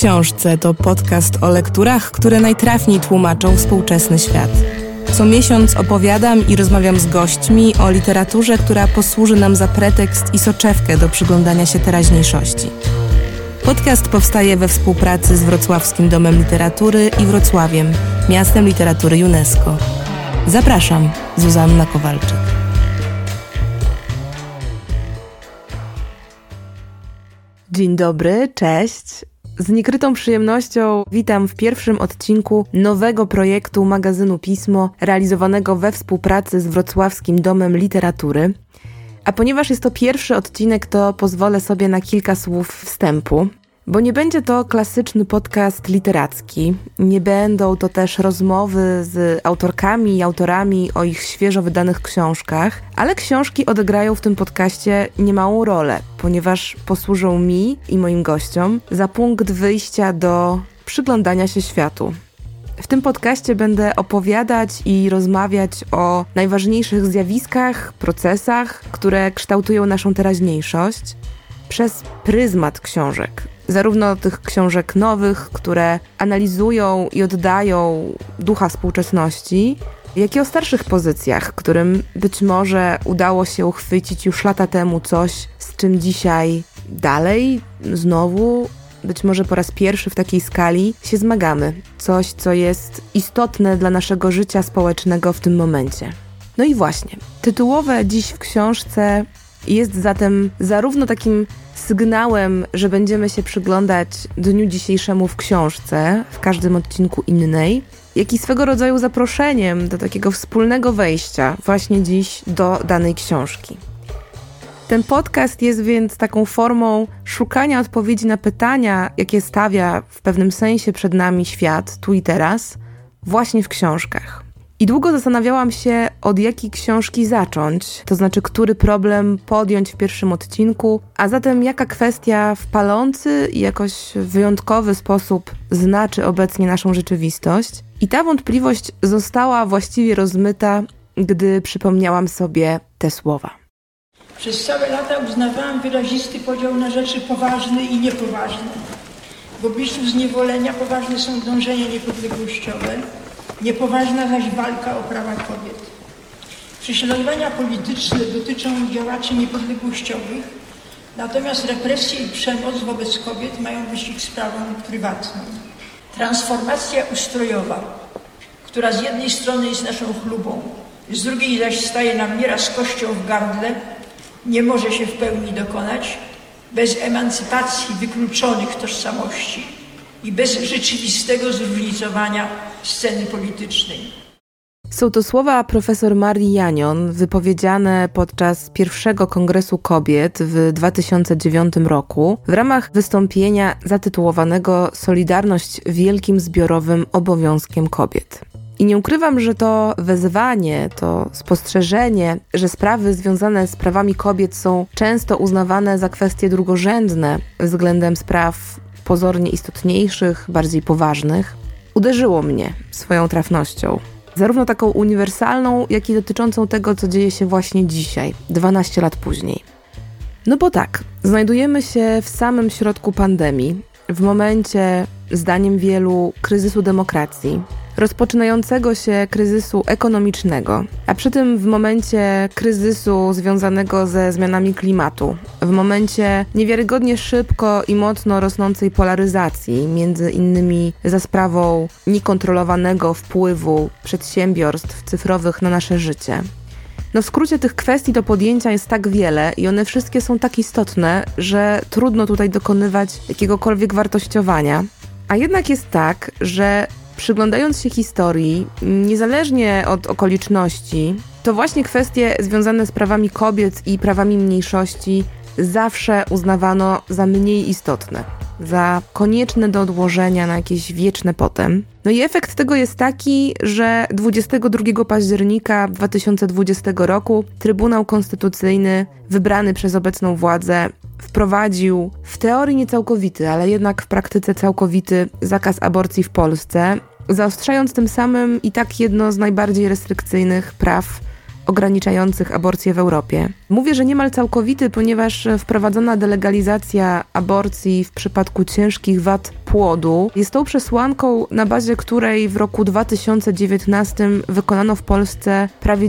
książce to podcast o lekturach, które najtrafniej tłumaczą współczesny świat. Co miesiąc opowiadam i rozmawiam z gośćmi o literaturze, która posłuży nam za pretekst i soczewkę do przyglądania się teraźniejszości. Podcast powstaje we współpracy z Wrocławskim Domem Literatury i Wrocławiem, Miastem Literatury UNESCO. Zapraszam, Zuzanna Kowalczyk. Dzień dobry, cześć. Z niekrytą przyjemnością witam w pierwszym odcinku nowego projektu magazynu Pismo, realizowanego we współpracy z Wrocławskim Domem Literatury. A ponieważ jest to pierwszy odcinek, to pozwolę sobie na kilka słów wstępu, bo nie będzie to klasyczny podcast literacki, nie będą to też rozmowy z autorkami i autorami o ich świeżo wydanych książkach, ale książki odegrają w tym podcaście niemałą rolę, ponieważ posłużą mi i moim gościom za punkt wyjścia do przyglądania się światu. W tym podcaście będę opowiadać i rozmawiać o najważniejszych zjawiskach, procesach, które kształtują naszą teraźniejszość przez pryzmat książek. Zarówno tych książek nowych, które analizują i oddają ducha współczesności, jak i o starszych pozycjach, którym być może udało się uchwycić już lata temu coś, z czym dzisiaj dalej, znowu, być może po raz pierwszy w takiej skali się zmagamy. Coś, co jest istotne dla naszego życia społecznego w tym momencie. No i właśnie, tytułowe dziś w książce jest zatem zarówno takim sygnałem, że będziemy się przyglądać dniu dzisiejszemu w książce, w każdym odcinku innej, jak i swego rodzaju zaproszeniem do takiego wspólnego wejścia właśnie dziś do danej książki. Ten podcast jest więc taką formą szukania odpowiedzi na pytania, jakie stawia w pewnym sensie przed nami świat, tu i teraz, właśnie w książkach. I długo zastanawiałam się, od jakiej książki zacząć, to znaczy, który problem podjąć w pierwszym odcinku, a zatem jaka kwestia w palący i jakoś wyjątkowy sposób znaczy obecnie naszą rzeczywistość. I ta wątpliwość została właściwie rozmyta, gdy przypomniałam sobie te słowa. Przez całe lata uznawałam wyrazisty podział na rzeczy poważne i niepoważne. W obliczu zniewolenia poważne są dążenia niepodległościowe, niepoważna zaś walka o prawa kobiet. Prześladowania polityczne dotyczą działaczy niepodległościowych, natomiast represje i przemoc wobec kobiet mają być ich sprawą prywatną. Transformacja ustrojowa, która z jednej strony jest naszą chlubą, z drugiej zaś staje nam nieraz kością w gardle, nie może się w pełni dokonać bez emancypacji wykluczonych tożsamości i bez rzeczywistego zróżnicowania sceny politycznej. Są to słowa profesor Marii Janion, wypowiedziane podczas pierwszego Kongresu Kobiet w 2009 roku w ramach wystąpienia zatytułowanego Solidarność wielkim zbiorowym obowiązkiem kobiet. I nie ukrywam, że to wezwanie, to spostrzeżenie, że sprawy związane z prawami kobiet są często uznawane za kwestie drugorzędne względem spraw pozornie istotniejszych, bardziej poważnych, uderzyło mnie swoją trafnością. Zarówno taką uniwersalną, jak i dotyczącą tego, co dzieje się właśnie dzisiaj, 12 lat później. No bo tak, znajdujemy się w samym środku pandemii, w momencie, zdaniem wielu, kryzysu demokracji, rozpoczynającego się kryzysu ekonomicznego, a przy tym w momencie kryzysu związanego ze zmianami klimatu, w momencie niewiarygodnie szybko i mocno rosnącej polaryzacji, między innymi za sprawą niekontrolowanego wpływu przedsiębiorstw cyfrowych na nasze życie. No w skrócie tych kwestii do podjęcia jest tak wiele i one wszystkie są tak istotne, że trudno tutaj dokonywać jakiegokolwiek wartościowania. A jednak jest tak, że przyglądając się historii, niezależnie od okoliczności, to właśnie kwestie związane z prawami kobiet i prawami mniejszości zawsze uznawano za mniej istotne, za konieczne do odłożenia na jakieś wieczne potem. No i efekt tego jest taki, że 22 października 2020 roku Trybunał Konstytucyjny, wybrany przez obecną władzę, wprowadził w teorii niecałkowity, ale jednak w praktyce całkowity zakaz aborcji w Polsce, zaostrzając tym samym i tak jedno z najbardziej restrykcyjnych praw ograniczających aborcję w Europie. Mówię, że niemal całkowity, ponieważ wprowadzona delegalizacja aborcji w przypadku ciężkich wad płodu jest tą przesłanką, na bazie której w roku 2019 wykonano w Polsce prawie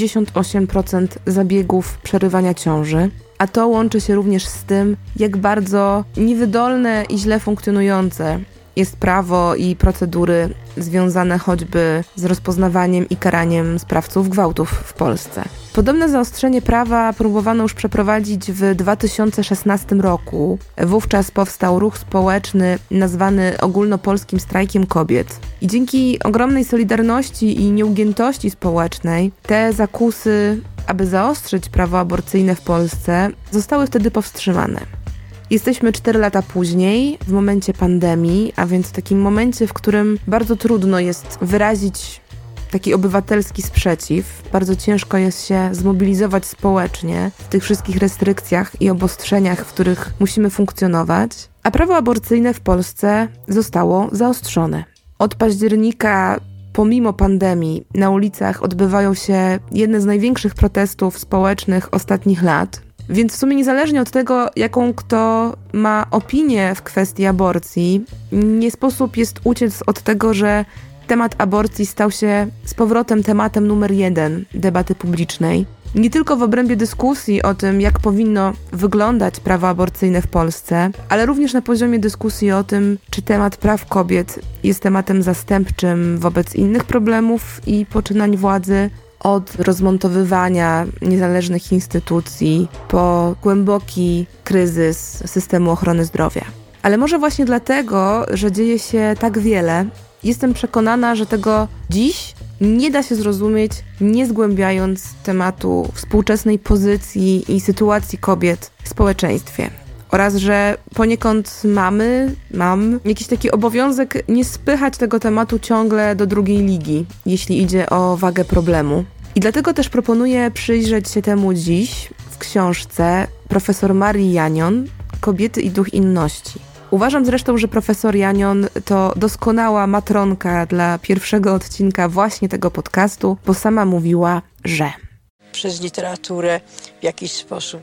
98% zabiegów przerywania ciąży. A to łączy się również z tym, jak bardzo niewydolne i źle funkcjonujące jest prawo i procedury związane choćby z rozpoznawaniem i karaniem sprawców gwałtów w Polsce. Podobne zaostrzenie prawa próbowano już przeprowadzić w 2016 roku. Wówczas powstał ruch społeczny nazwany Ogólnopolskim Strajkiem Kobiet. I dzięki ogromnej solidarności i nieugiętości społecznej te zakusy, aby zaostrzyć prawo aborcyjne w Polsce, zostały wtedy powstrzymane. Jesteśmy 4 lata później, w momencie pandemii, a więc w takim momencie, w którym bardzo trudno jest wyrazić taki obywatelski sprzeciw. Bardzo ciężko jest się zmobilizować społecznie w tych wszystkich restrykcjach i obostrzeniach, w których musimy funkcjonować. A prawo aborcyjne w Polsce zostało zaostrzone. Od października, pomimo pandemii, na ulicach odbywają się jedne z największych protestów społecznych ostatnich lat. Więc w sumie niezależnie od tego, jaką kto ma opinię w kwestii aborcji, nie sposób jest uciec od tego, że temat aborcji stał się z powrotem tematem numer 1 debaty publicznej. Nie tylko w obrębie dyskusji o tym, jak powinno wyglądać prawo aborcyjne w Polsce, ale również na poziomie dyskusji o tym, czy temat praw kobiet jest tematem zastępczym wobec innych problemów i poczynań władzy, od rozmontowywania niezależnych instytucji po głęboki kryzys systemu ochrony zdrowia. Ale może właśnie dlatego, że dzieje się tak wiele, jestem przekonana, że tego dziś nie da się zrozumieć, nie zgłębiając tematu współczesnej pozycji i sytuacji kobiet w społeczeństwie. Oraz, że poniekąd mam jakiś taki obowiązek nie spychać tego tematu ciągle do drugiej ligi, jeśli idzie o wagę problemu. I dlatego też proponuję przyjrzeć się temu dziś w książce profesor Marii Janion Kobiety i duch inności. Uważam zresztą, że profesor Janion to doskonała matronka dla pierwszego odcinka właśnie tego podcastu, bo sama mówiła, że przez literaturę w jakiś sposób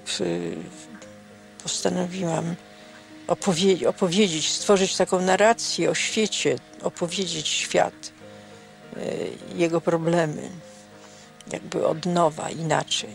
postanowiłam opowiedzieć, stworzyć taką narrację o świecie, opowiedzieć świat, jego problemy, jakby od nowa, inaczej.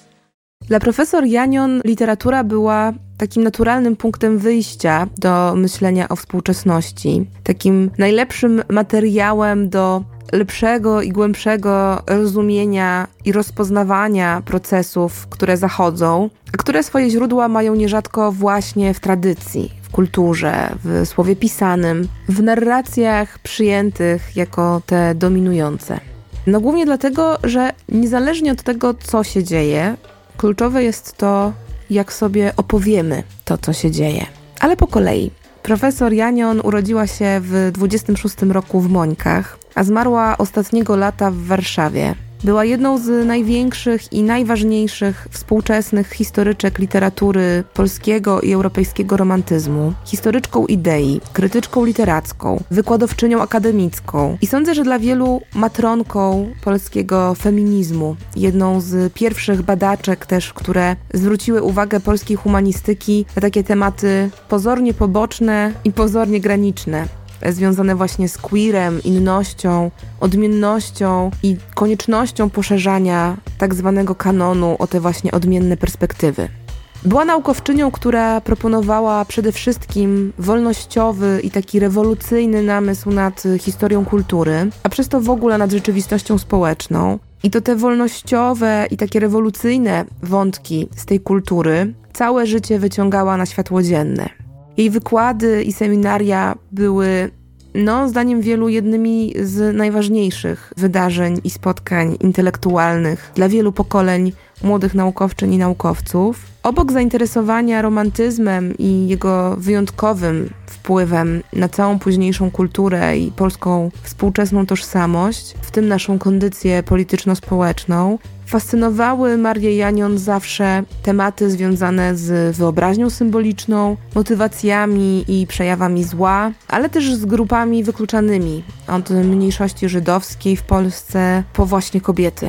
Dla profesor Janion literatura była takim naturalnym punktem wyjścia do myślenia o współczesności, takim najlepszym materiałem do lepszego i głębszego rozumienia i rozpoznawania procesów, które zachodzą, a które swoje źródła mają nierzadko właśnie w tradycji, w kulturze, w słowie pisanym, w narracjach przyjętych jako te dominujące. No głównie dlatego, że niezależnie od tego, co się dzieje, kluczowe jest to, jak sobie opowiemy to, co się dzieje. Ale po kolei. Profesor Janion urodziła się w 26 roku w Mońkach, a zmarła ostatniego lata w Warszawie. Była jedną z największych i najważniejszych współczesnych historyczek literatury polskiego i europejskiego romantyzmu, historyczką idei, krytyczką literacką, wykładowczynią akademicką i sądzę, że dla wielu matronką polskiego feminizmu, jedną z pierwszych badaczek też, które zwróciły uwagę polskiej humanistyki na takie tematy pozornie poboczne i pozornie graniczne, związane właśnie z queerem, innością, odmiennością i koniecznością poszerzania tak zwanego kanonu o te właśnie odmienne perspektywy. Była naukowczynią, która proponowała przede wszystkim wolnościowy i taki rewolucyjny namysł nad historią kultury, a przez to w ogóle nad rzeczywistością społeczną. I to te wolnościowe i takie rewolucyjne wątki z tej kultury całe życie wyciągała na światło dzienne. Jej wykłady i seminaria były, zdaniem wielu, jednymi z najważniejszych wydarzeń i spotkań intelektualnych dla wielu pokoleń młodych naukowczyń i naukowców. Obok zainteresowania romantyzmem i jego wyjątkowym wpływem na całą późniejszą kulturę i polską współczesną tożsamość, w tym naszą kondycję polityczno-społeczną, fascynowały Marię Janion zawsze tematy związane z wyobraźnią symboliczną, motywacjami i przejawami zła, ale też z grupami wykluczanymi, od mniejszości żydowskiej w Polsce po właśnie kobiety.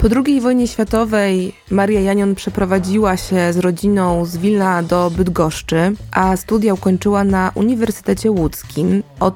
Po II wojnie światowej Maria Janion przeprowadziła się z rodziną z Wilna do Bydgoszczy, a studia ukończyła na Uniwersytecie Łódzkim. Od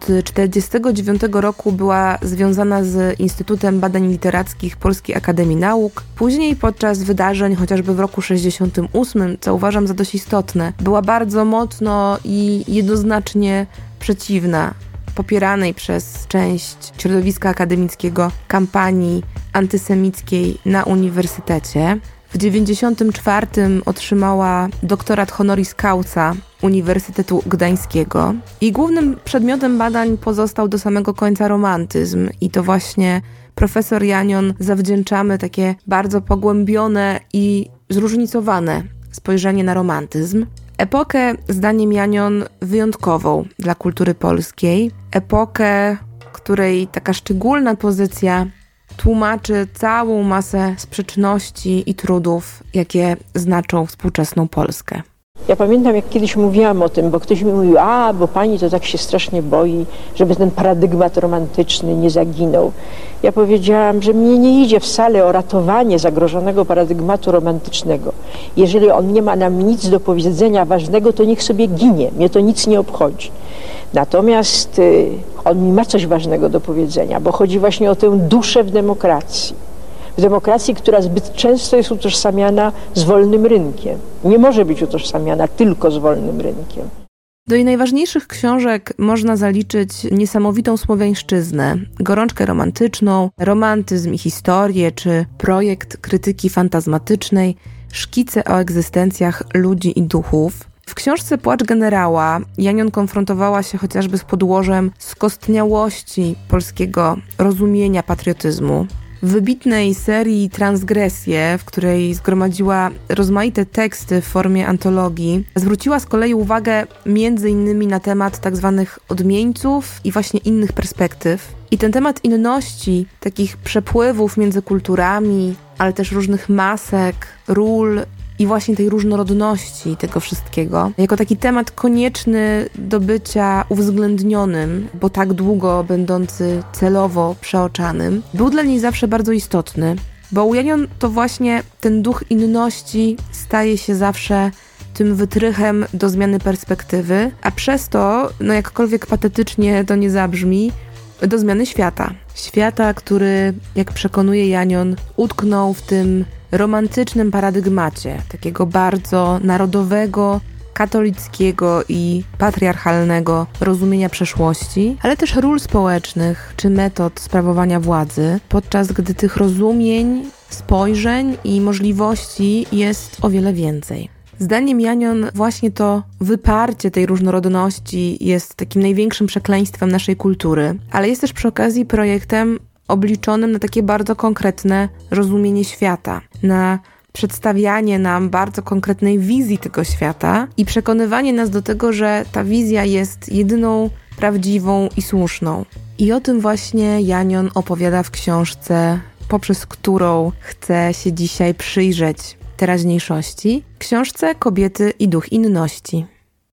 1949 roku była związana z Instytutem Badań Literackich Polskiej Akademii Nauk. Później podczas wydarzeń, chociażby w roku 1968, co uważam za dość istotne, była bardzo mocno i jednoznacznie przeciwna popieranej przez część środowiska akademickiego kampanii antysemickiej na uniwersytecie. W 1994 otrzymała doktorat honoris causa Uniwersytetu Gdańskiego i głównym przedmiotem badań pozostał do samego końca romantyzm i to właśnie profesor Janion zawdzięczamy takie bardzo pogłębione i zróżnicowane spojrzenie na romantyzm. Epokę, zdaniem Janion, wyjątkową dla kultury polskiej. Epokę, której taka szczególna pozycja tłumaczy całą masę sprzeczności i trudów, jakie znaczą współczesną Polskę. Ja pamiętam, jak kiedyś mówiłam o tym, bo ktoś mi mówił, bo pani to tak się strasznie boi, żeby ten paradygmat romantyczny nie zaginął. Ja powiedziałam, że mnie nie idzie wcale o ratowanie zagrożonego paradygmatu romantycznego. Jeżeli on nie ma nam nic do powiedzenia ważnego, to niech sobie ginie, mnie to nic nie obchodzi. Natomiast on mi ma coś ważnego do powiedzenia, bo chodzi właśnie o tę duszę w demokracji. W demokracji, która zbyt często jest utożsamiana z wolnym rynkiem. Nie może być utożsamiana tylko z wolnym rynkiem. Do jej najważniejszych książek można zaliczyć niesamowitą słowiańszczyznę, gorączkę romantyczną, romantyzm i historię, czy projekt krytyki fantazmatycznej, szkice o egzystencjach ludzi i duchów. W książce Płacz generała Janion konfrontowała się chociażby z podłożem skostniałości polskiego rozumienia patriotyzmu. W wybitnej serii Transgresje, w której zgromadziła rozmaite teksty w formie antologii, zwróciła z kolei uwagę m.in. na temat tzw. odmieńców i właśnie innych perspektyw. I ten temat inności, takich przepływów między kulturami, ale też różnych masek, ról i właśnie tej różnorodności tego wszystkiego, jako taki temat konieczny do bycia uwzględnionym, bo tak długo będący celowo przeoczanym, był dla niej zawsze bardzo istotny, bo u Janion to właśnie ten duch inności staje się zawsze tym wytrychem do zmiany perspektywy, a przez to, jakkolwiek patetycznie to nie zabrzmi, do zmiany świata. Świata, który, jak przekonuje Janion, utknął w tym romantycznym paradygmacie, takiego bardzo narodowego, katolickiego i patriarchalnego rozumienia przeszłości, ale też ról społecznych czy metod sprawowania władzy, podczas gdy tych rozumień, spojrzeń i możliwości jest o wiele więcej. Zdaniem Janion właśnie to wyparcie tej różnorodności jest takim największym przekleństwem naszej kultury, ale jest też przy okazji projektem obliczonym na takie bardzo konkretne rozumienie świata, na przedstawianie nam bardzo konkretnej wizji tego świata i przekonywanie nas do tego, że ta wizja jest jedyną prawdziwą i słuszną. I o tym właśnie Janion opowiada w książce, poprzez którą chcę się dzisiaj przyjrzeć teraźniejszości, książce Kobiety i duch inności.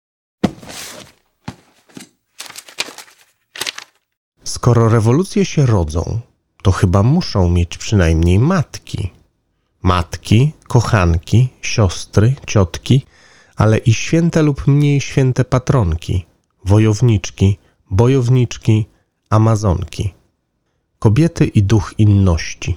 Skoro rewolucje się rodzą, to chyba muszą mieć przynajmniej matki. Matki, kochanki, siostry, ciotki, ale i święte lub mniej święte patronki, wojowniczki, bojowniczki, amazonki. Kobiety i duch inności.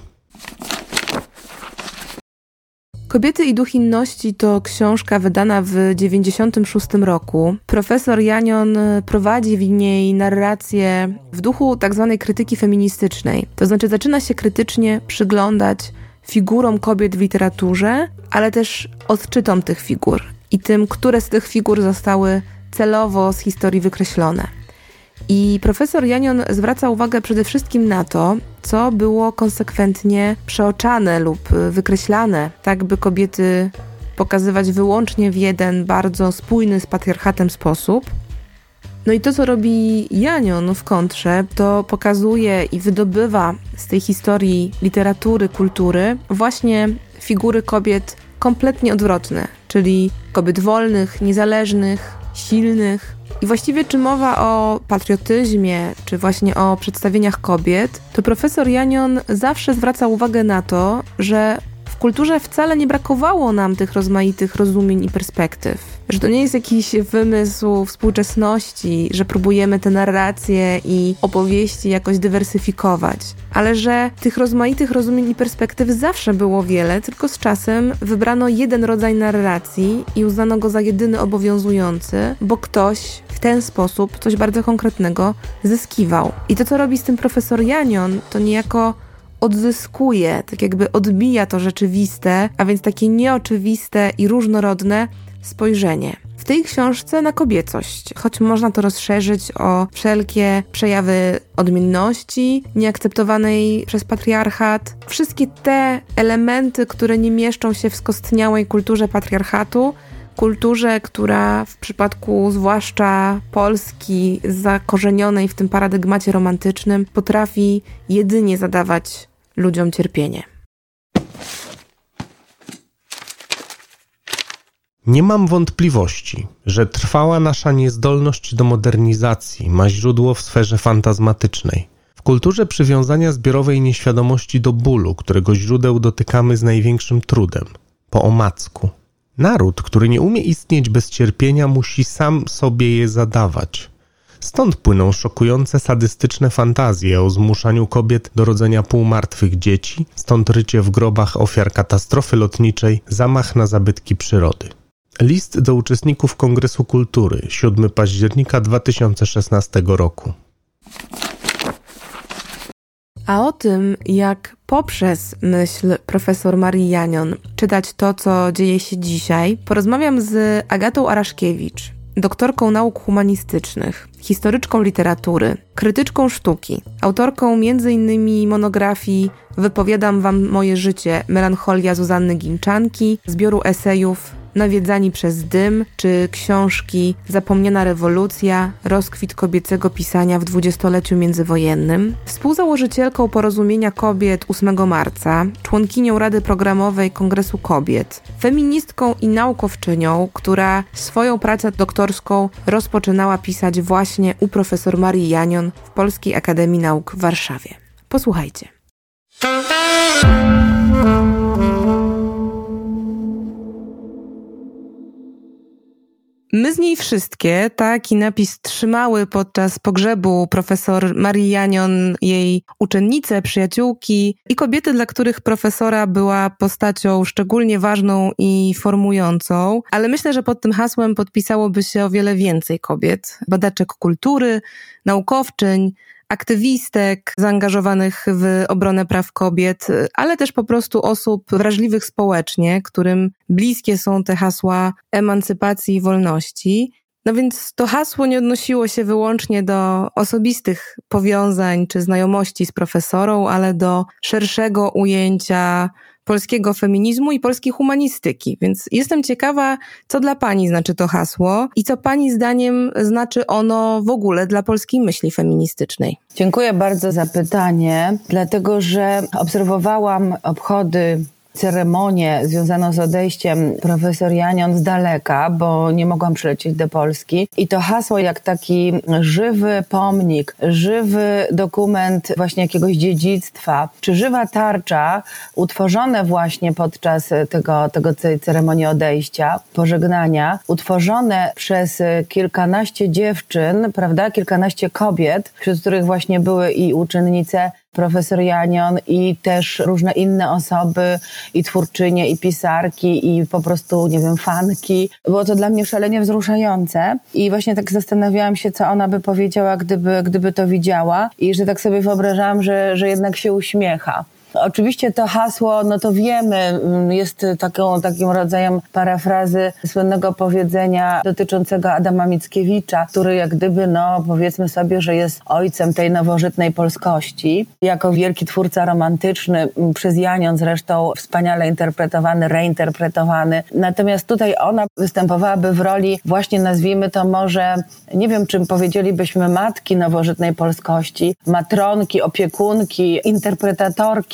Kobiety i duch inności to książka wydana w 1996 roku. Profesor Janion prowadzi w niej narrację w duchu tzw. krytyki feministycznej. To znaczy zaczyna się krytycznie przyglądać figurom kobiet w literaturze, ale też odczytom tych figur i tym, które z tych figur zostały celowo z historii wykreślone. I profesor Janion zwraca uwagę przede wszystkim na to, co było konsekwentnie przeoczane lub wykreślane, tak by kobiety pokazywać wyłącznie w jeden bardzo spójny z patriarchatem sposób. No i to, co robi Janion w kontrze, to pokazuje i wydobywa z tej historii literatury, kultury właśnie figury kobiet kompletnie odwrotne, czyli kobiet wolnych, niezależnych, silnych. I właściwie czy mowa o patriotyzmie, czy właśnie o przedstawieniach kobiet, to profesor Janion zawsze zwraca uwagę na to, że w kulturze wcale nie brakowało nam tych rozmaitych rozumień i perspektyw. Że to nie jest jakiś wymysł współczesności, że próbujemy te narracje i opowieści jakoś dywersyfikować, ale że tych rozmaitych rozumień i perspektyw zawsze było wiele, tylko z czasem wybrano jeden rodzaj narracji i uznano go za jedyny obowiązujący, bo ktoś w ten sposób coś bardzo konkretnego zyskiwał. I to, co robi z tym profesor Janion, to niejako odzyskuje, tak jakby odbija to rzeczywiste, a więc takie nieoczywiste i różnorodne spojrzenie w tej książce na kobiecość, choć można to rozszerzyć o wszelkie przejawy odmienności, nieakceptowanej przez patriarchat, wszystkie te elementy, które nie mieszczą się w skostniałej kulturze patriarchatu, kulturze, która w przypadku zwłaszcza Polski zakorzenionej w tym paradygmacie romantycznym potrafi jedynie zadawać ludziom cierpienie. Nie mam wątpliwości, że trwała nasza niezdolność do modernizacji ma źródło w sferze fantazmatycznej. W kulturze przywiązania zbiorowej nieświadomości do bólu, którego źródeł dotykamy z największym trudem, po omacku. Naród, który nie umie istnieć bez cierpienia, musi sam sobie je zadawać. Stąd płyną szokujące sadystyczne fantazje o zmuszaniu kobiet do rodzenia półmartwych dzieci, stąd rycie w grobach ofiar katastrofy lotniczej, zamach na zabytki przyrody. List do uczestników Kongresu Kultury, 7 października 2016 roku. A o tym, jak poprzez myśl profesor Marii Janion czytać to, co dzieje się dzisiaj, porozmawiam z Agatą Araszkiewicz, doktorką nauk humanistycznych, historyczką literatury, krytyczką sztuki, autorką m.in. monografii Wypowiadam wam moje życie, melancholia Zuzanny Ginczanki, zbioru esejów Nawiedzani przez dym, czy książki Zapomniana rewolucja, rozkwit kobiecego pisania w dwudziestoleciu międzywojennym, współzałożycielką Porozumienia Kobiet 8 marca, członkinią Rady Programowej Kongresu Kobiet, feministką i naukowczynią, która swoją pracę doktorską rozpoczynała pisać właśnie u profesor Marii Janion w Polskiej Akademii Nauk w Warszawie. Posłuchajcie. My z niej wszystkie taki napis trzymały podczas pogrzebu profesor Marii Janion, jej uczennice, przyjaciółki i kobiety, dla których profesora była postacią szczególnie ważną i formującą, ale myślę, że pod tym hasłem podpisałoby się o wiele więcej kobiet, badaczek kultury, naukowczyń, aktywistek zaangażowanych w obronę praw kobiet, ale też po prostu osób wrażliwych społecznie, którym bliskie są te hasła emancypacji i wolności. No więc to hasło nie odnosiło się wyłącznie do osobistych powiązań czy znajomości z profesorą, ale do szerszego ujęcia polskiego feminizmu i polskiej humanistyki. Więc jestem ciekawa, co dla pani znaczy to hasło i co pani zdaniem znaczy ono w ogóle dla polskiej myśli feministycznej. Dziękuję bardzo za pytanie, dlatego że obserwowałam obchody, ceremonię związaną z odejściem profesor Janion z daleka, bo nie mogłam przylecieć do Polski. I to hasło jak taki żywy pomnik, żywy dokument właśnie jakiegoś dziedzictwa, czy żywa tarcza utworzone właśnie podczas tej ceremonii odejścia, pożegnania, utworzone przez kilkanaście dziewczyn, prawda, kilkanaście kobiet, wśród których właśnie były i uczennice profesor Janion i też różne inne osoby, i twórczynie, i pisarki, i po prostu, nie wiem, fanki. Było to dla mnie szalenie wzruszające i właśnie tak zastanawiałam się, co ona by powiedziała, gdyby to widziała i że tak sobie wyobrażałam, że jednak się uśmiecha. Oczywiście to hasło, no to wiemy, jest takim rodzajem parafrazy słynnego powiedzenia dotyczącego Adama Mickiewicza, który jak gdyby, no powiedzmy sobie, że jest ojcem tej nowożytnej polskości. Jako wielki twórca romantyczny, przez Janion zresztą wspaniale interpretowany, reinterpretowany. Natomiast tutaj ona występowałaby w roli właśnie, nazwijmy to może, nie wiem czym powiedzielibyśmy, matki nowożytnej polskości, matronki, opiekunki, interpretatorki,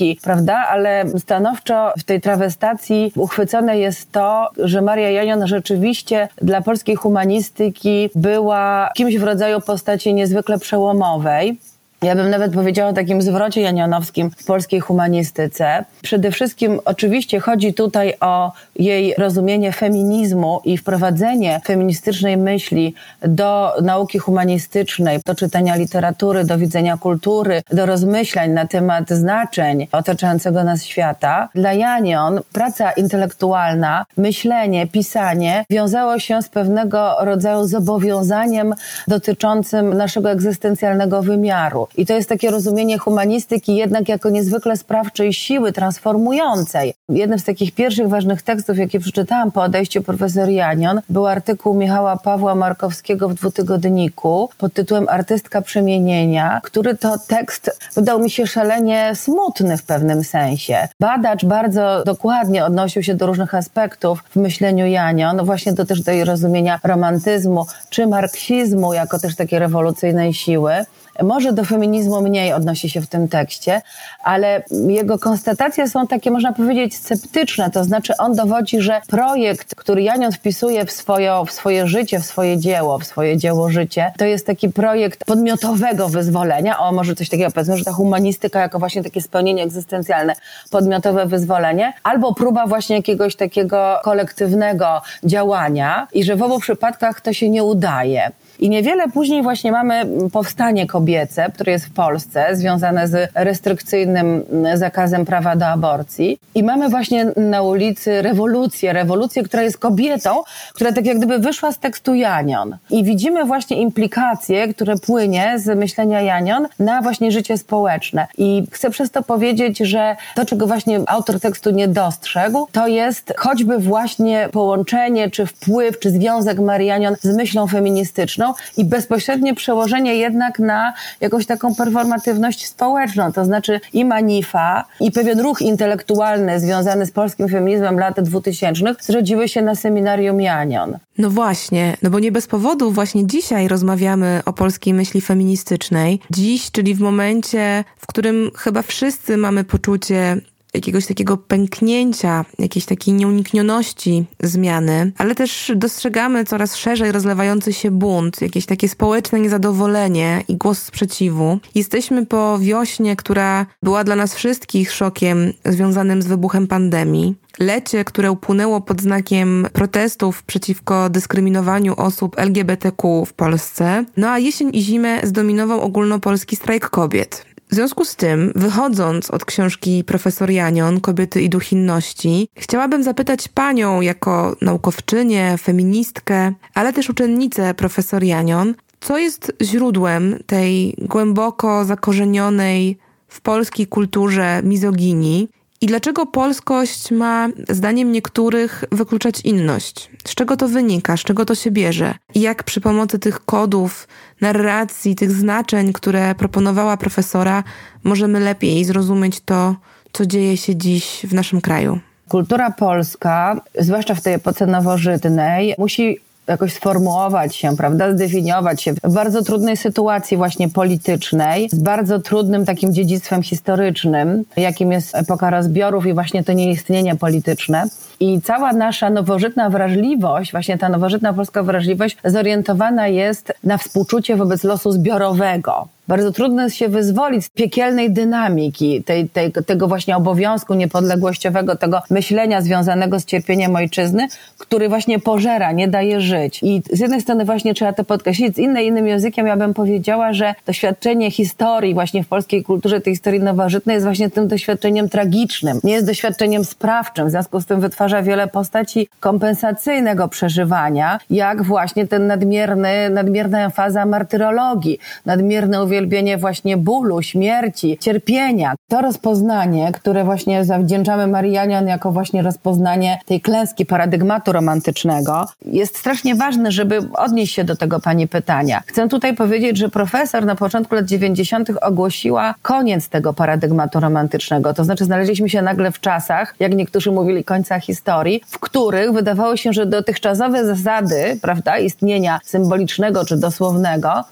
myśli, prawda? Ale stanowczo w tej trawestacji uchwycone jest to, że Maria Janion rzeczywiście dla polskiej humanistyki była kimś w rodzaju postaci niezwykle przełomowej. Ja bym nawet powiedziała o takim zwrocie janionowskim w polskiej humanistyce. Przede wszystkim oczywiście chodzi tutaj o jej rozumienie feminizmu i wprowadzenie feministycznej myśli do nauki humanistycznej, do czytania literatury, do widzenia kultury, do rozmyślań na temat znaczeń otaczającego nas świata. Dla Janion praca intelektualna, myślenie, pisanie wiązało się z pewnego rodzaju zobowiązaniem dotyczącym naszego egzystencjalnego wymiaru. I to jest takie rozumienie humanistyki jednak jako niezwykle sprawczej siły transformującej. Jednym z takich pierwszych ważnych tekstów, jakie przeczytałam po odejściu profesor Janion, był artykuł Michała Pawła Markowskiego w Dwutygodniku pod tytułem Artystka przemienienia, który to tekst wydał mi się szalenie smutny w pewnym sensie. Badacz bardzo dokładnie odnosił się do różnych aspektów w myśleniu Janion, właśnie do też do jej rozumienia romantyzmu czy marksizmu jako też takiej rewolucyjnej siły. Może do feminizmu mniej odnosi się w tym tekście, ale jego konstatacje są takie, można powiedzieć, sceptyczne. To znaczy on dowodzi, że projekt, który Janion wpisuje w swoje życie, w swoje dzieło-życie, to jest taki projekt podmiotowego wyzwolenia. Może coś takiego, powiedzmy, że ta humanistyka jako właśnie takie spełnienie egzystencjalne, podmiotowe wyzwolenie, albo próba właśnie jakiegoś takiego kolektywnego działania i że w obu przypadkach to się nie udaje. I niewiele później właśnie mamy powstanie kobiece, które jest w Polsce, związane z restrykcyjnym zakazem prawa do aborcji. I mamy właśnie na ulicy rewolucję, która jest kobietą, która tak jak gdyby wyszła z tekstu Janion. I widzimy właśnie implikacje, które płynie z myślenia Janion na właśnie życie społeczne. I chcę przez to powiedzieć, że to, czego właśnie autor tekstu nie dostrzegł, to jest choćby właśnie połączenie, czy wpływ, czy związek Marii Janion z myślą feministyczną, i bezpośrednie przełożenie jednak na jakąś taką performatywność społeczną. To znaczy i Manifa, i pewien ruch intelektualny związany z polskim feminizmem lat 2000 zrodziły się na seminarium Janion. No właśnie, no bo nie bez powodu właśnie dzisiaj rozmawiamy o polskiej myśli feministycznej. Dziś, czyli w momencie, w którym chyba wszyscy mamy poczucie jakiegoś takiego pęknięcia, jakiejś takiej nieuniknioności zmiany, ale też dostrzegamy coraz szerzej rozlewający się bunt, jakieś takie społeczne niezadowolenie i głos sprzeciwu. Jesteśmy po wiośnie, która była dla nas wszystkich szokiem związanym z wybuchem pandemii. Lecie, które upłynęło pod znakiem protestów przeciwko dyskryminowaniu osób LGBTQ w Polsce. No a jesień i zimę zdominował ogólnopolski strajk kobiet. W związku z tym, wychodząc od książki profesor Janion, Kobiety i duch inności, chciałabym zapytać panią jako naukowczynię, feministkę, ale też uczennicę profesor Janion, co jest źródłem tej głęboko zakorzenionej w polskiej kulturze mizoginii i dlaczego polskość ma, zdaniem niektórych, wykluczać inność? Z czego to wynika? Z czego to się bierze? I jak przy pomocy tych kodów, narracji, tych znaczeń, które proponowała profesora, możemy lepiej zrozumieć to, co dzieje się dziś w naszym kraju? Kultura polska, zwłaszcza w tej epoce nowożytnej, musi jakoś sformułować się, prawda, zdefiniować się w bardzo trudnej sytuacji właśnie politycznej, z bardzo trudnym takim dziedzictwem historycznym, jakim jest epoka rozbiorów i właśnie to nieistnienie polityczne. I cała nasza nowożytna wrażliwość, właśnie ta nowożytna polska wrażliwość zorientowana jest na współczucie wobec losu zbiorowego. Bardzo trudno jest się wyzwolić z piekielnej dynamiki, tego właśnie obowiązku niepodległościowego, tego myślenia związanego z cierpieniem ojczyzny, który właśnie pożera, nie daje żyć. I z jednej strony właśnie trzeba to podkreślić, z innym językiem ja bym powiedziała, że doświadczenie historii właśnie w polskiej kulturze, tej historii nowożytnej jest właśnie tym doświadczeniem tragicznym, nie jest doświadczeniem sprawczym, w związku z tym wytwarza wiele postaci kompensacyjnego przeżywania, jak właśnie ten nadmierna emfaza martyrologii, nadmierne uwielbienie właśnie bólu, śmierci, cierpienia. To rozpoznanie, które właśnie zawdzięczamy Marii Janion jako właśnie rozpoznanie tej klęski paradygmatu romantycznego, jest strasznie ważne, żeby odnieść się do tego pani pytania. Chcę tutaj powiedzieć, że profesor na początku lat 90. ogłosiła koniec tego paradygmatu romantycznego. To znaczy znaleźliśmy się nagle w czasach, jak niektórzy mówili, końca historii, w których wydawało się, że dotychczasowe zasady, prawda, istnienia symbolicznego czy dosłownego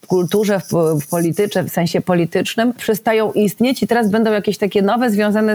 kulturze, w polityce, w sensie politycznym, przestają istnieć i teraz będą jakieś takie nowe, związane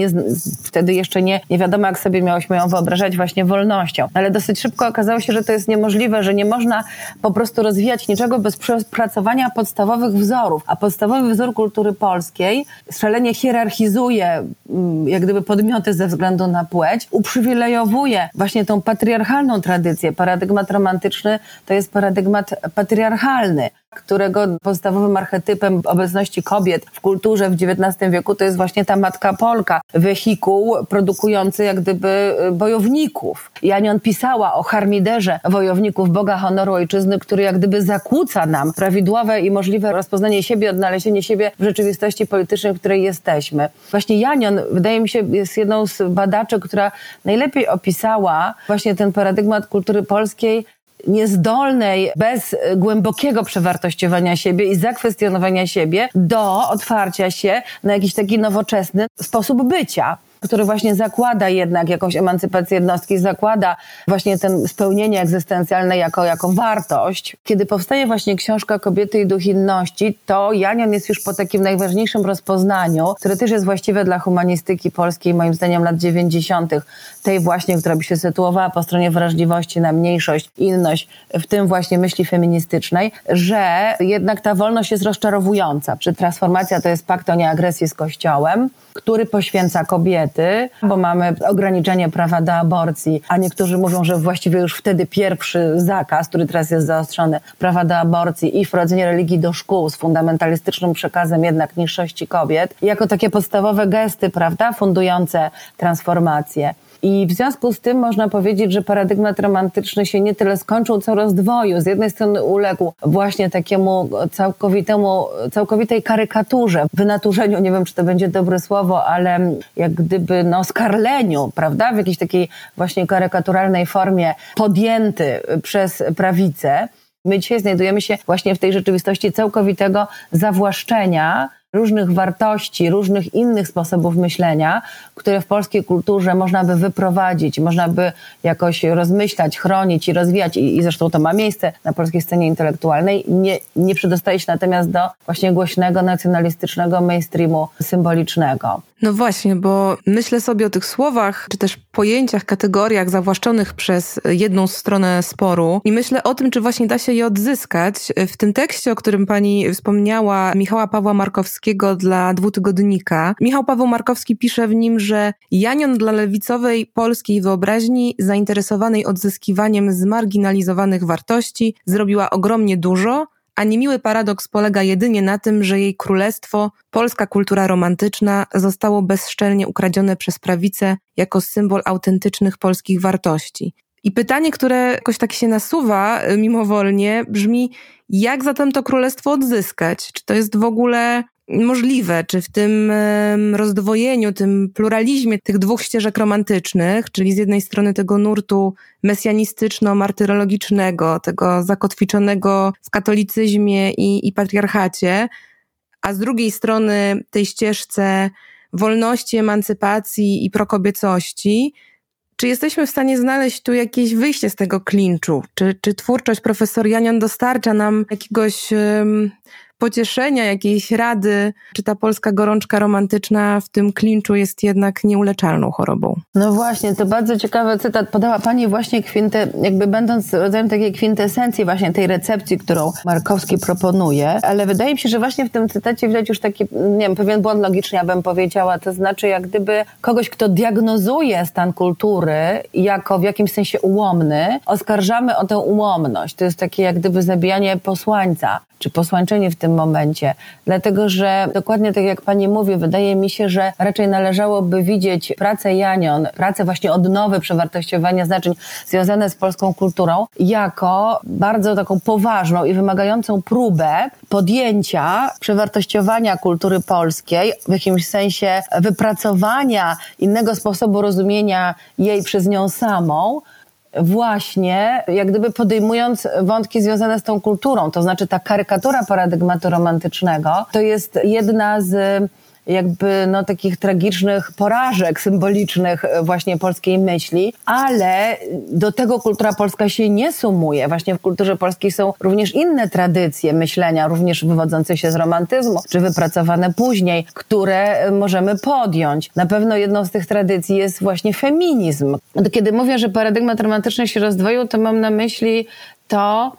wtedy jeszcze nie wiadomo, jak sobie miałyśmy ją wyobrażać, właśnie wolnością. Ale dosyć szybko okazało się, że to jest niemożliwe, że nie można po prostu rozwijać niczego bez przepracowania podstawowych wzorów. A podstawowy wzór kultury polskiej szalenie hierarchizuje jak gdyby podmioty ze względu na płeć, uprzywilejowuje właśnie tą patriarchalną tradycję. Paradygmat romantyczny to jest paradygmat patriarchalny, którego podstawowym archetypem obecności kobiet w kulturze w XIX wieku to jest właśnie ta matka Polka, wehikuł produkujący jak gdyby bojowników. Janion pisała o harmiderze wojowników, Boga, honoru, ojczyzny, który jak gdyby zakłóca nam prawidłowe i możliwe rozpoznanie siebie, odnalezienie siebie w rzeczywistości politycznej, w której jesteśmy. Właśnie Janion, wydaje mi się, jest jedną z badaczy, która najlepiej opisała właśnie ten paradygmat kultury polskiej, niezdolnej, bez głębokiego przewartościowania siebie i zakwestionowania siebie do otwarcia się na jakiś taki nowoczesny sposób bycia, który właśnie zakłada jednak jakąś emancypację jednostki, zakłada właśnie ten spełnienie egzystencjalne jako wartość. Kiedy powstaje właśnie książka Kobiety i duch inności, to Janion jest już po takim najważniejszym rozpoznaniu, które też jest właściwe dla humanistyki polskiej, moim zdaniem lat 90., tej właśnie, która by się sytuowała po stronie wrażliwości na mniejszość, inność, w tym właśnie myśli feministycznej, że jednak ta wolność jest rozczarowująca. Czy transformacja to jest pakt o nieagresji z Kościołem, który poświęca kobiety, bo mamy ograniczenie prawa do aborcji, a niektórzy mówią, że właściwie już wtedy pierwszy zakaz, który teraz jest zaostrzony, prawa do aborcji i wprowadzenie religii do szkół z fundamentalistycznym przekazem jednak niższości kobiet, jako takie podstawowe gesty, prawda, fundujące transformację. I w związku z tym można powiedzieć, że paradygmat romantyczny się nie tyle skończył, co rozdwoił. Z jednej strony uległ właśnie takiemu całkowitej karykaturze, wynaturzeniu, nie wiem, czy to będzie dobre słowo, ale jak gdyby skarleniu, prawda, w jakiejś takiej właśnie karykaturalnej formie podjęty przez prawicę. My dzisiaj znajdujemy się właśnie w tej rzeczywistości całkowitego zawłaszczenia różnych wartości, różnych innych sposobów myślenia, które w polskiej kulturze można by wyprowadzić, można by jakoś rozmyślać, chronić i rozwijać i zresztą to ma miejsce na polskiej scenie intelektualnej. Nie przedostaje się natomiast do właśnie głośnego, nacjonalistycznego mainstreamu symbolicznego. No właśnie, bo myślę sobie o tych słowach, czy też pojęciach, kategoriach zawłaszczonych przez jedną stronę sporu i myślę o tym, czy właśnie da się je odzyskać. W tym tekście, o którym pani wspomniała, Michała Pawła Markowskiego dla Dwutygodnika, Michał Paweł Markowski pisze w nim, że Janion dla lewicowej polskiej wyobraźni zainteresowanej odzyskiwaniem zmarginalizowanych wartości zrobiła ogromnie dużo, a niemiły paradoks polega jedynie na tym, że jej królestwo, polska kultura romantyczna, zostało bezczelnie ukradzione przez prawicę jako symbol autentycznych polskich wartości. I pytanie, które jakoś tak się nasuwa mimowolnie, brzmi, jak zatem to królestwo odzyskać? Czy to jest w ogóle możliwe? Czy w tym rozdwojeniu, tym pluralizmie tych dwóch ścieżek romantycznych, czyli z jednej strony tego nurtu mesjanistyczno-martyrologicznego, tego zakotwiczonego w katolicyzmie i patriarchacie, a z drugiej strony tej ścieżce wolności, emancypacji i prokobiecości, czy jesteśmy w stanie znaleźć tu jakieś wyjście z tego klinczu? Czy twórczość profesor Janion dostarcza nam jakiegoś pocieszenia, jakiejś rady? Czy ta polska gorączka romantyczna w tym klinczu jest jednak nieuleczalną chorobą? No właśnie, to bardzo ciekawy cytat. Podała pani właśnie jakby będąc rodzajem takiej kwintesencji właśnie tej recepcji, którą Markowski proponuje, ale wydaje mi się, że właśnie w tym cytacie widać już taki, nie wiem, pewien błąd logiczny, ja bym powiedziała, to znaczy jak gdyby kogoś, kto diagnozuje stan kultury jako w jakimś sensie ułomny, oskarżamy o tę ułomność. To jest takie jak gdyby zabijanie posłańca, czy posłańczenie w tym momencie. Dlatego, że dokładnie tak jak pani mówi, wydaje mi się, że raczej należałoby widzieć pracę Janion, pracę właśnie odnowy, przewartościowania znaczeń związane z polską kulturą, jako bardzo taką poważną i wymagającą próbę podjęcia przewartościowania kultury polskiej, w jakimś sensie wypracowania innego sposobu rozumienia jej przez nią samą, właśnie jak gdyby podejmując wątki związane z tą kulturą. To znaczy ta karykatura paradygmatu romantycznego to jest jedna z jakby takich tragicznych porażek symbolicznych właśnie polskiej myśli, ale do tego kultura polska się nie sumuje. Właśnie w kulturze polskiej są również inne tradycje myślenia, również wywodzące się z romantyzmu, czy wypracowane później, które możemy podjąć. Na pewno jedną z tych tradycji jest właśnie feminizm. Kiedy mówię, że paradygmat romantyczny się rozdwoił, to mam na myśli to,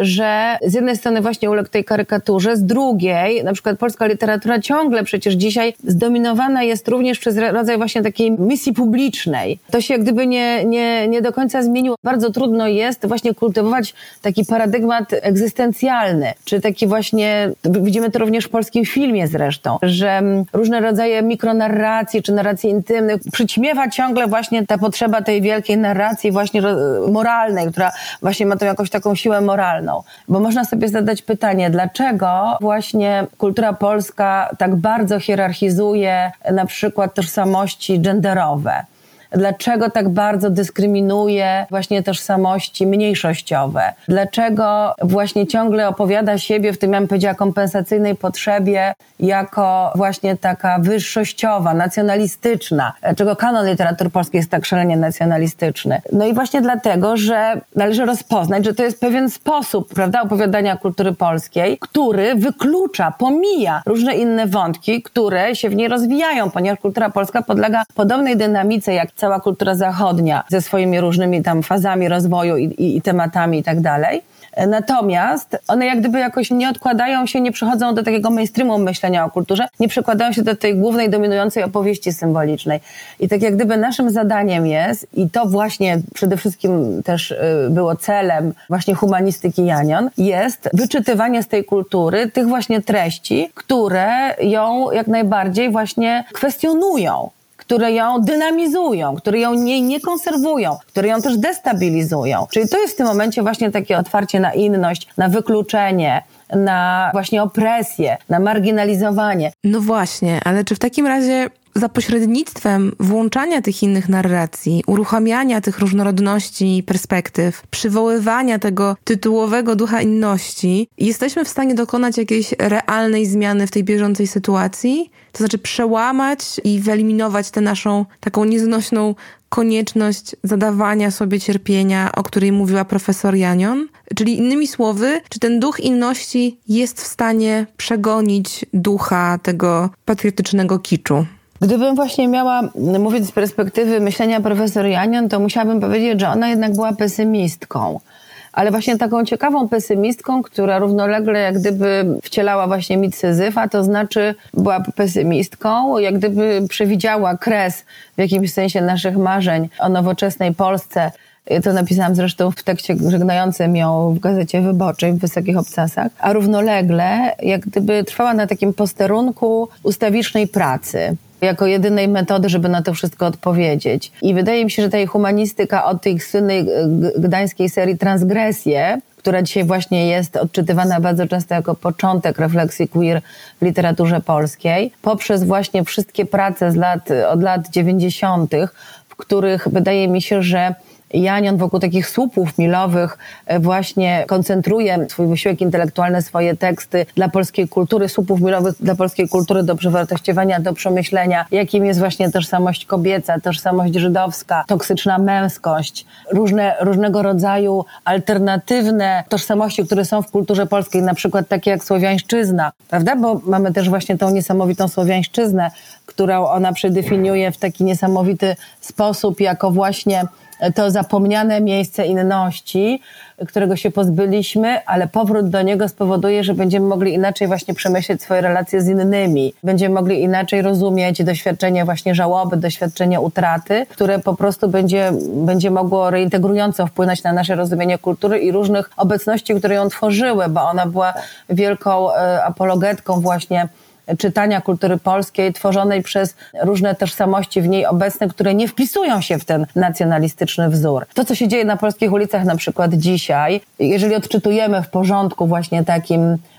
że z jednej strony właśnie uległ tej karykaturze, z drugiej na przykład polska literatura ciągle przecież dzisiaj zdominowana jest również przez rodzaj właśnie takiej misji publicznej. To się jak gdyby nie do końca zmieniło. Bardzo trudno jest właśnie kultywować taki paradygmat egzystencjalny, czy taki właśnie, widzimy to również w polskim filmie zresztą, że różne rodzaje mikronarracji, czy narracji intymnych przyćmiewa ciągle właśnie ta potrzeba tej wielkiej narracji właśnie moralnej, która właśnie ma tą jakąś taką siłę moralną. Bo można sobie zadać pytanie, dlaczego właśnie kultura polska tak bardzo hierarchizuje na przykład tożsamości genderowe? Dlaczego tak bardzo dyskryminuje właśnie tożsamości mniejszościowe? Dlaczego właśnie ciągle opowiada siebie w tym, ja bym powiedziała, kompensacyjnej potrzebie jako właśnie taka wyższościowa, nacjonalistyczna? Dlaczego kanon literatury polskiej jest tak szalenie nacjonalistyczny? No i właśnie dlatego, że należy rozpoznać, że to jest pewien sposób, prawda, opowiadania kultury polskiej, który wyklucza, pomija różne inne wątki, które się w niej rozwijają, ponieważ kultura polska podlega podobnej dynamice jak cała kultura zachodnia ze swoimi różnymi tam fazami rozwoju i tematami i tak dalej. Natomiast one jak gdyby jakoś nie odkładają się, nie przychodzą do takiego mainstreamu myślenia o kulturze, nie przykładają się do tej głównej, dominującej opowieści symbolicznej. I tak jak gdyby naszym zadaniem jest, i to właśnie przede wszystkim też było celem właśnie humanistyki Janion, jest wyczytywanie z tej kultury tych właśnie treści, które ją jak najbardziej właśnie kwestionują, które ją dynamizują, które ją nie konserwują, które ją też destabilizują. Czyli to jest w tym momencie właśnie takie otwarcie na inność, na wykluczenie, na właśnie opresję, na marginalizowanie. No właśnie, ale czy w takim razie za pośrednictwem włączania tych innych narracji, uruchamiania tych różnorodności i perspektyw, przywoływania tego tytułowego ducha inności, jesteśmy w stanie dokonać jakiejś realnej zmiany w tej bieżącej sytuacji? To znaczy przełamać i wyeliminować tę naszą taką nieznośną konieczność zadawania sobie cierpienia, o której mówiła profesor Janion? Czyli innymi słowy, czy ten duch inności jest w stanie przegonić ducha tego patriotycznego kiczu? Gdybym właśnie miała mówić z perspektywy myślenia profesor Janion, to musiałabym powiedzieć, że ona jednak była pesymistką. Ale właśnie taką ciekawą pesymistką, która równolegle jak gdyby wcielała właśnie mit Syzyfa, to znaczy była pesymistką, jak gdyby przewidziała kres w jakimś sensie naszych marzeń o nowoczesnej Polsce. To napisałam zresztą w tekście żegnającym ją w Gazecie Wyborczej w Wysokich Obcasach. A równolegle jak gdyby trwała na takim posterunku ustawicznej pracy, jako jedynej metody, żeby na to wszystko odpowiedzieć. I wydaje mi się, że ta jej humanistyka od tej słynnej gdańskiej serii Transgresje, która dzisiaj właśnie jest odczytywana bardzo często jako początek refleksji queer w literaturze polskiej, poprzez właśnie wszystkie prace od lat 90., w których wydaje mi się, że Janion wokół takich słupów milowych właśnie koncentruje swój wysiłek intelektualny, swoje teksty dla polskiej kultury, słupów milowych dla polskiej kultury do przewartościowania, do przemyślenia, jakim jest właśnie tożsamość kobieca, tożsamość żydowska, toksyczna męskość, różnego rodzaju alternatywne tożsamości, które są w kulturze polskiej, na przykład takie jak słowiańszczyzna, prawda? Bo mamy też właśnie tą niesamowitą słowiańszczyznę, którą ona przedefiniuje w taki niesamowity sposób jako właśnie to zapomniane miejsce inności, którego się pozbyliśmy, ale powrót do niego spowoduje, że będziemy mogli inaczej właśnie przemyśleć swoje relacje z innymi. Będziemy mogli inaczej rozumieć doświadczenie właśnie żałoby, doświadczenie utraty, które po prostu będzie mogło reintegrująco wpłynąć na nasze rozumienie kultury i różnych obecności, które ją tworzyły, bo ona była wielką apologetką właśnie czytania kultury polskiej, tworzonej przez różne tożsamości w niej obecne, które nie wpisują się w ten nacjonalistyczny wzór. To, co się dzieje na polskich ulicach na przykład dzisiaj, jeżeli odczytujemy w porządku właśnie takim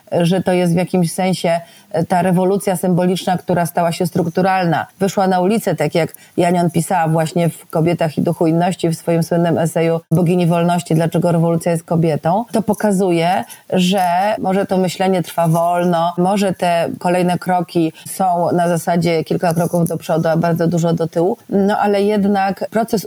że to jest w jakimś sensie ta rewolucja symboliczna, która stała się strukturalna. Wyszła na ulicę, tak jak Janion pisała właśnie w Kobietach i duchu inności w swoim słynnym eseju Bogini Wolności, dlaczego rewolucja jest kobietą. To pokazuje, że może to myślenie trwa wolno, może te kolejne kroki są na zasadzie kilka kroków do przodu, a bardzo dużo do tyłu, no ale jednak proces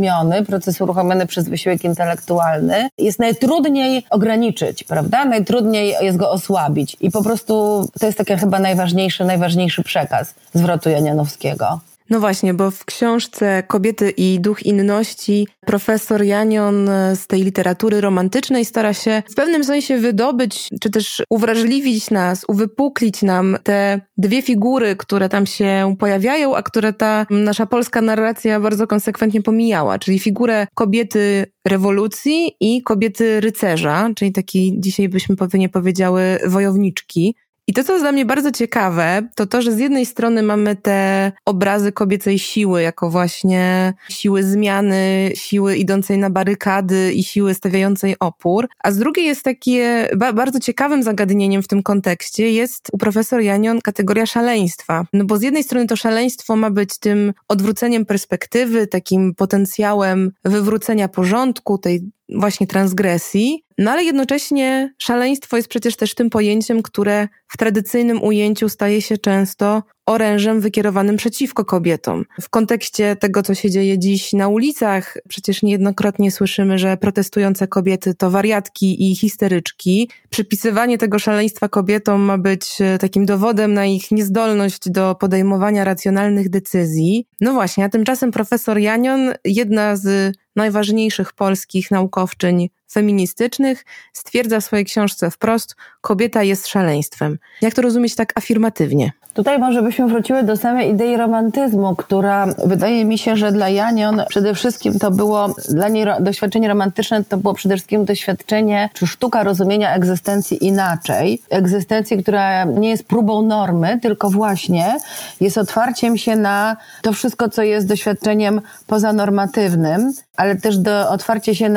uruchomiony przez wysiłek intelektualny jest najtrudniej ograniczyć, prawda? Najtrudniej jest go osłabić i po prostu to jest taki chyba najważniejszy przekaz zwrotu Janionowskiego. No właśnie, bo w książce Kobiety i duch inności profesor Janion z tej literatury romantycznej stara się w pewnym sensie wydobyć, czy też uwrażliwić nas, uwypuklić nam te dwie figury, które tam się pojawiają, a które ta nasza polska narracja bardzo konsekwentnie pomijała, czyli figurę kobiety rewolucji i kobiety rycerza, czyli takiej dzisiaj byśmy pewnie powiedziały wojowniczki. I to, co jest dla mnie bardzo ciekawe, to to, że z jednej strony mamy te obrazy kobiecej siły, jako właśnie siły zmiany, siły idącej na barykady i siły stawiającej opór, a z drugiej jest takie bardzo ciekawym zagadnieniem w tym kontekście jest u profesor Janion kategoria szaleństwa. No bo z jednej strony to szaleństwo ma być tym odwróceniem perspektywy, takim potencjałem wywrócenia porządku, tej właśnie transgresji, no ale jednocześnie szaleństwo jest przecież też tym pojęciem, które w tradycyjnym ujęciu staje się często orężem wykierowanym przeciwko kobietom. W kontekście tego, co się dzieje dziś na ulicach, przecież niejednokrotnie słyszymy, że protestujące kobiety to wariatki i histeryczki. Przypisywanie tego szaleństwa kobietom ma być takim dowodem na ich niezdolność do podejmowania racjonalnych decyzji. No właśnie, a tymczasem profesor Janion, jedna z najważniejszych polskich naukowczyń feministycznych, stwierdza w swojej książce wprost: kobieta jest szaleństwem. Jak to rozumieć tak afirmatywnie? Tutaj może byśmy wróciły do samej idei romantyzmu, która wydaje mi się, że dla Janion przede wszystkim to było, dla niej doświadczenie romantyczne to było przede wszystkim doświadczenie, czy sztuka rozumienia egzystencji inaczej. Egzystencji, która nie jest próbą normy, tylko właśnie jest otwarciem się na to wszystko, co jest doświadczeniem pozanormatywnym, ale też otwarcie się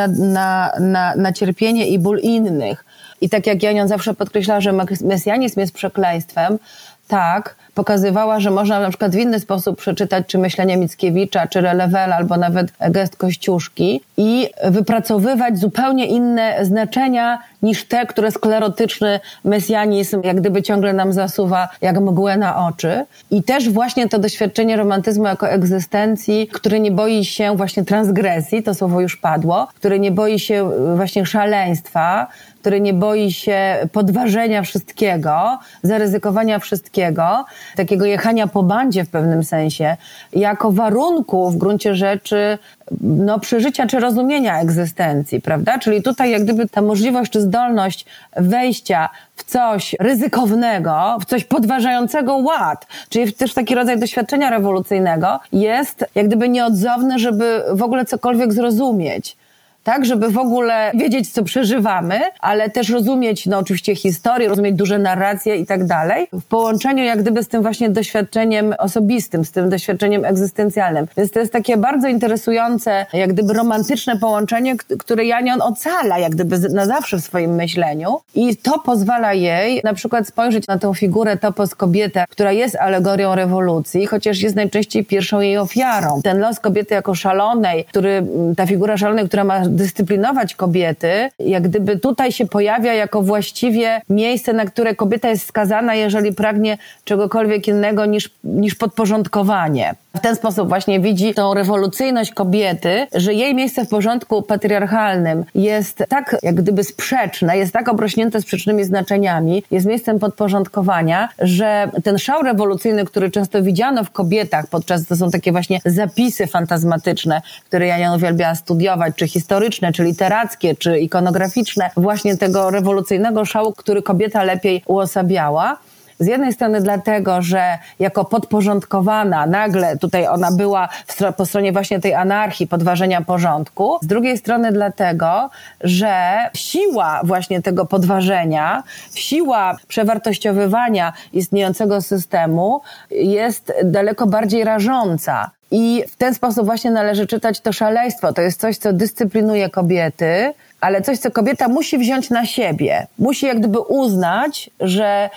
na cierpienie i ból innych. I tak jak Janion zawsze podkreślała, że mesjanizm jest przekleństwem, tak, pokazywała, że można na przykład w inny sposób przeczytać czy myślenie Mickiewicza, czy Relewela, albo nawet gest Kościuszki i wypracowywać zupełnie inne znaczenia niż te, które sklerotyczny mesjanizm jak gdyby ciągle nam zasuwa jak mgłę na oczy. I też właśnie to doświadczenie romantyzmu jako egzystencji, który nie boi się właśnie transgresji, to słowo już padło, który nie boi się właśnie szaleństwa, który nie boi się podważenia wszystkiego, zaryzykowania wszystkiego, takiego jechania po bandzie w pewnym sensie, jako warunku w gruncie rzeczy przeżycia czy rozumienia egzystencji, prawda? Czyli tutaj jak gdyby ta możliwość czy zdolność wejścia w coś ryzykownego, w coś podważającego ład, czyli też taki rodzaj doświadczenia rewolucyjnego jest jak gdyby nieodzowny, żeby w ogóle cokolwiek zrozumieć. Tak, żeby w ogóle wiedzieć, co przeżywamy, ale też rozumieć, oczywiście historię, rozumieć duże narracje i tak dalej, w połączeniu jak gdyby z tym właśnie doświadczeniem osobistym, z tym doświadczeniem egzystencjalnym. Więc to jest takie bardzo interesujące, jak gdyby romantyczne połączenie, które Janion ocala jak gdyby na zawsze w swoim myśleniu i to pozwala jej na przykład spojrzeć na tę figurę topos kobietę, która jest alegorią rewolucji, chociaż jest najczęściej pierwszą jej ofiarą. Ten los kobiety jako szalonej, ta figura szalonej, która ma dyscyplinować kobiety, jak gdyby tutaj się pojawia jako właściwie miejsce, na które kobieta jest skazana, jeżeli pragnie czegokolwiek innego niż podporządkowanie. W ten sposób właśnie widzi tą rewolucyjność kobiety, że jej miejsce w porządku patriarchalnym jest tak jak gdyby sprzeczne, jest tak obrośnięte sprzecznymi znaczeniami, jest miejscem podporządkowania, że ten szał rewolucyjny, który często widziano w kobietach to są takie właśnie zapisy fantazmatyczne, które Janion uwielbiała studiować, czy historyczne, czy literackie, czy ikonograficzne, właśnie tego rewolucyjnego szału, który kobieta lepiej uosabiała. Z jednej strony dlatego, że jako podporządkowana nagle tutaj ona była po stronie właśnie tej anarchii, podważenia porządku. Z drugiej strony dlatego, że siła właśnie tego podważenia, siła przewartościowywania istniejącego systemu jest daleko bardziej rażąca. I w ten sposób właśnie należy czytać to szaleństwo. To jest coś, co dyscyplinuje kobiety, ale coś, co kobieta musi wziąć na siebie. Musi jak gdyby uznać, że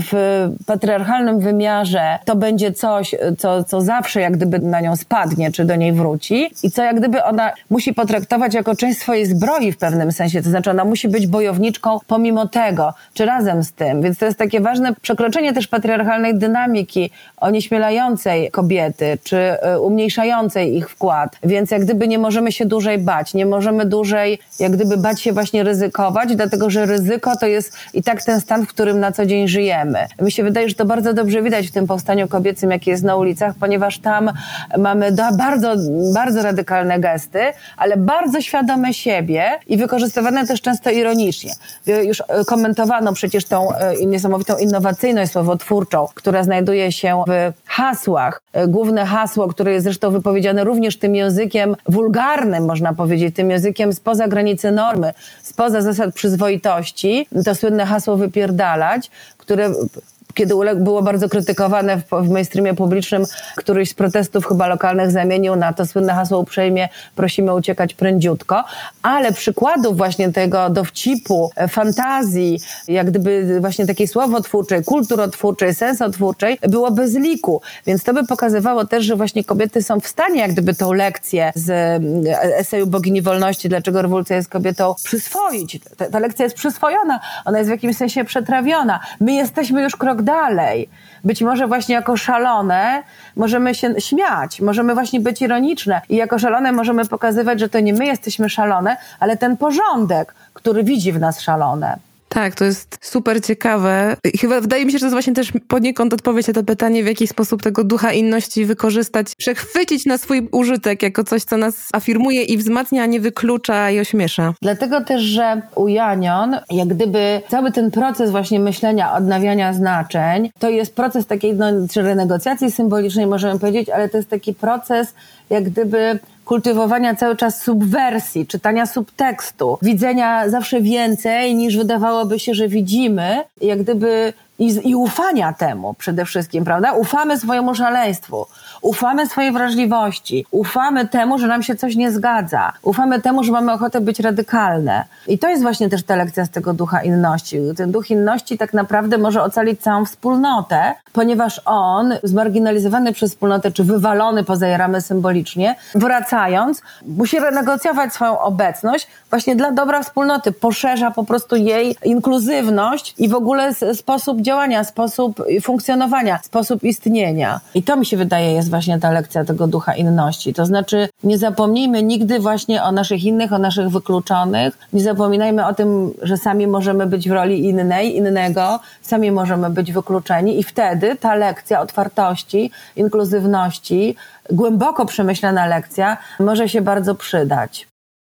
w patriarchalnym wymiarze to będzie coś, co zawsze jak gdyby na nią spadnie, czy do niej wróci i co jak gdyby ona musi potraktować jako część swojej zbroi w pewnym sensie. To znaczy ona musi być bojowniczką pomimo tego, czy razem z tym. Więc to jest takie ważne przekroczenie też patriarchalnej dynamiki onieśmielającej kobiety, czy umniejszającej ich wkład. Więc jak gdyby nie możemy się dłużej bać, nie możemy dłużej jak gdyby bać się właśnie ryzykować, dlatego że ryzyko to jest i tak ten stan, w którym na co dzień żyjemy. Mi się wydaje, że to bardzo dobrze widać w tym powstaniu kobiecym, jakie jest na ulicach, ponieważ tam mamy bardzo, bardzo radykalne gesty, ale bardzo świadome siebie i wykorzystywane też często ironicznie. Już komentowano przecież tą niesamowitą innowacyjność słowotwórczą, która znajduje się w hasłach. Główne hasło, które jest zresztą wypowiedziane również tym językiem wulgarnym, można powiedzieć, tym językiem spoza granicy normy, spoza zasad przyzwoitości, to słynne hasło wypierdalać, które kiedy było bardzo krytykowane w mainstreamie publicznym, któryś z protestów chyba lokalnych zamienił na to słynne hasło uprzejmie prosimy uciekać prędziutko, ale przykładów właśnie tego dowcipu, fantazji, jak gdyby właśnie takiej słowotwórczej, kulturotwórczej, sensotwórczej było bez liku, więc to by pokazywało też, że właśnie kobiety są w stanie jak gdyby tą lekcję z eseju Bogini Wolności, dlaczego rewolucja jest kobietą, przyswoić. Ta lekcja jest przyswojona, ona jest w jakimś sensie przetrawiona. My jesteśmy już krok dalej. Być może właśnie jako szalone możemy się śmiać, możemy właśnie być ironiczne i jako szalone możemy pokazywać, że to nie my jesteśmy szalone, ale ten porządek, który widzi w nas szalone. Tak, to jest super ciekawe. Chyba wydaje mi się, że to jest właśnie też poniekąd odpowiedź na to pytanie, w jaki sposób tego ducha inności wykorzystać, przechwycić na swój użytek jako coś, co nas afirmuje i wzmacnia, a nie wyklucza i ośmiesza. Dlatego też, że u Janion, jak gdyby cały ten proces właśnie myślenia, odnawiania znaczeń, to jest proces takiej czy renegocjacji symbolicznej, możemy powiedzieć, ale to jest taki proces jak gdyby kultywowania cały czas subwersji, czytania subtekstu, widzenia zawsze więcej niż wydawałoby się, że widzimy, jak gdyby i ufania temu przede wszystkim, prawda? Ufamy swojemu szaleństwu, ufamy swojej wrażliwości, ufamy temu, że nam się coś nie zgadza, ufamy temu, że mamy ochotę być radykalne. I to jest właśnie też ta lekcja z tego ducha inności. Ten duch inności tak naprawdę może ocalić całą wspólnotę, ponieważ on, zmarginalizowany przez wspólnotę, czy wywalony poza ramy symbolicznie, wracając, musi renegocjować swoją obecność właśnie dla dobra wspólnoty. Poszerza po prostu jej inkluzywność i w ogóle sposób działania, sposób funkcjonowania, sposób istnienia. I to mi się wydaje jest właśnie ta lekcja tego ducha inności. To znaczy nie zapomnijmy nigdy właśnie o naszych innych, o naszych wykluczonych. Nie zapominajmy o tym, że sami możemy być w roli innego, sami możemy być wykluczeni i wtedy ta lekcja otwartości, inkluzywności, głęboko przemyślana lekcja może się bardzo przydać.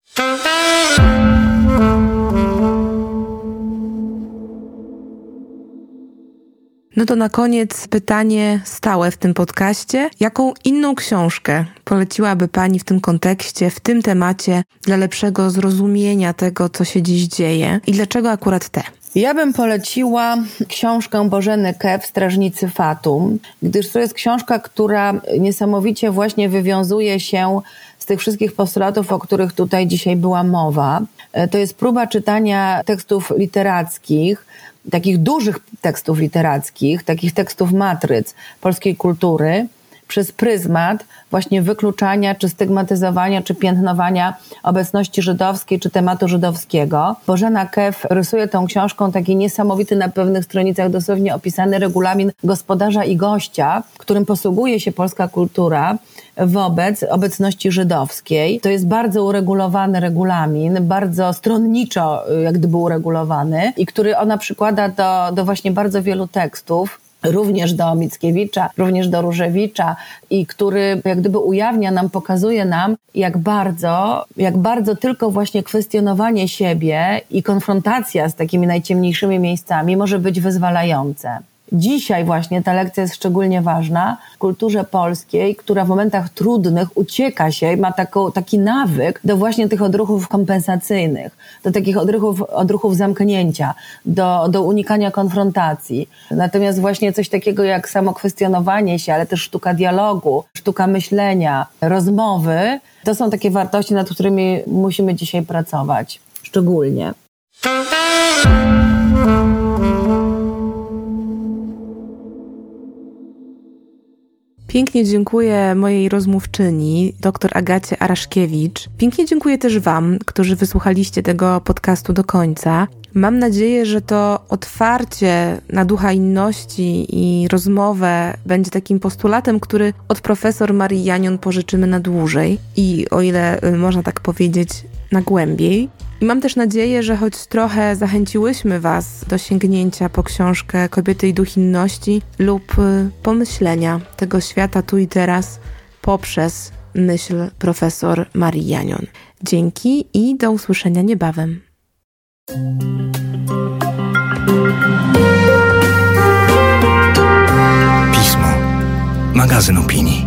No to na koniec pytanie stałe w tym podcaście. Jaką inną książkę poleciłaby Pani w tym kontekście, w tym temacie dla lepszego zrozumienia tego, co się dziś dzieje i dlaczego akurat te? Ja bym poleciła książkę Bożeny Kew Strażnicy Fatum, gdyż to jest książka, która niesamowicie właśnie wywiązuje się z tych wszystkich postulatów, o których tutaj dzisiaj była mowa. To jest próba czytania tekstów literackich, takich dużych tekstów literackich, takich tekstów matryc polskiej kultury przez pryzmat właśnie wykluczania, czy stygmatyzowania, czy piętnowania obecności żydowskiej, czy tematu żydowskiego. Bożena Kew rysuje tą książką taki niesamowity, na pewnych stronicach dosłownie opisany regulamin gospodarza i gościa, którym posługuje się polska kultura wobec obecności żydowskiej. To jest bardzo uregulowany regulamin, bardzo stronniczo jak gdyby uregulowany i który ona przykłada do właśnie bardzo wielu tekstów, również do Mickiewicza, również do Różewicza i który jak gdyby ujawnia nam, pokazuje nam, jak bardzo tylko właśnie kwestionowanie siebie i konfrontacja z takimi najciemniejszymi miejscami może być wyzwalające. Dzisiaj właśnie ta lekcja jest szczególnie ważna w kulturze polskiej, która w momentach trudnych ucieka się, ma taki nawyk do właśnie tych odruchów kompensacyjnych, do takich odruchów zamknięcia, do unikania konfrontacji. Natomiast właśnie coś takiego jak samokwestionowanie się, ale też sztuka dialogu, sztuka myślenia, rozmowy, to są takie wartości, nad którymi musimy dzisiaj pracować. szczególnie. Pięknie dziękuję mojej rozmówczyni, dr Agacie Araszkiewicz. Pięknie dziękuję też Wam, którzy wysłuchaliście tego podcastu do końca. Mam nadzieję, że to otwarcie na ducha inności i rozmowę będzie takim postulatem, który od profesor Marii Janion pożyczymy na dłużej i, o ile można tak powiedzieć, na głębiej. I mam też nadzieję, że choć trochę zachęciłyśmy Was do sięgnięcia po książkę Kobiety i duch inności lub pomyślenia tego świata tu i teraz poprzez myśl profesor Marii Janion. Dzięki i do usłyszenia niebawem. Pismo. Magazyn opinii.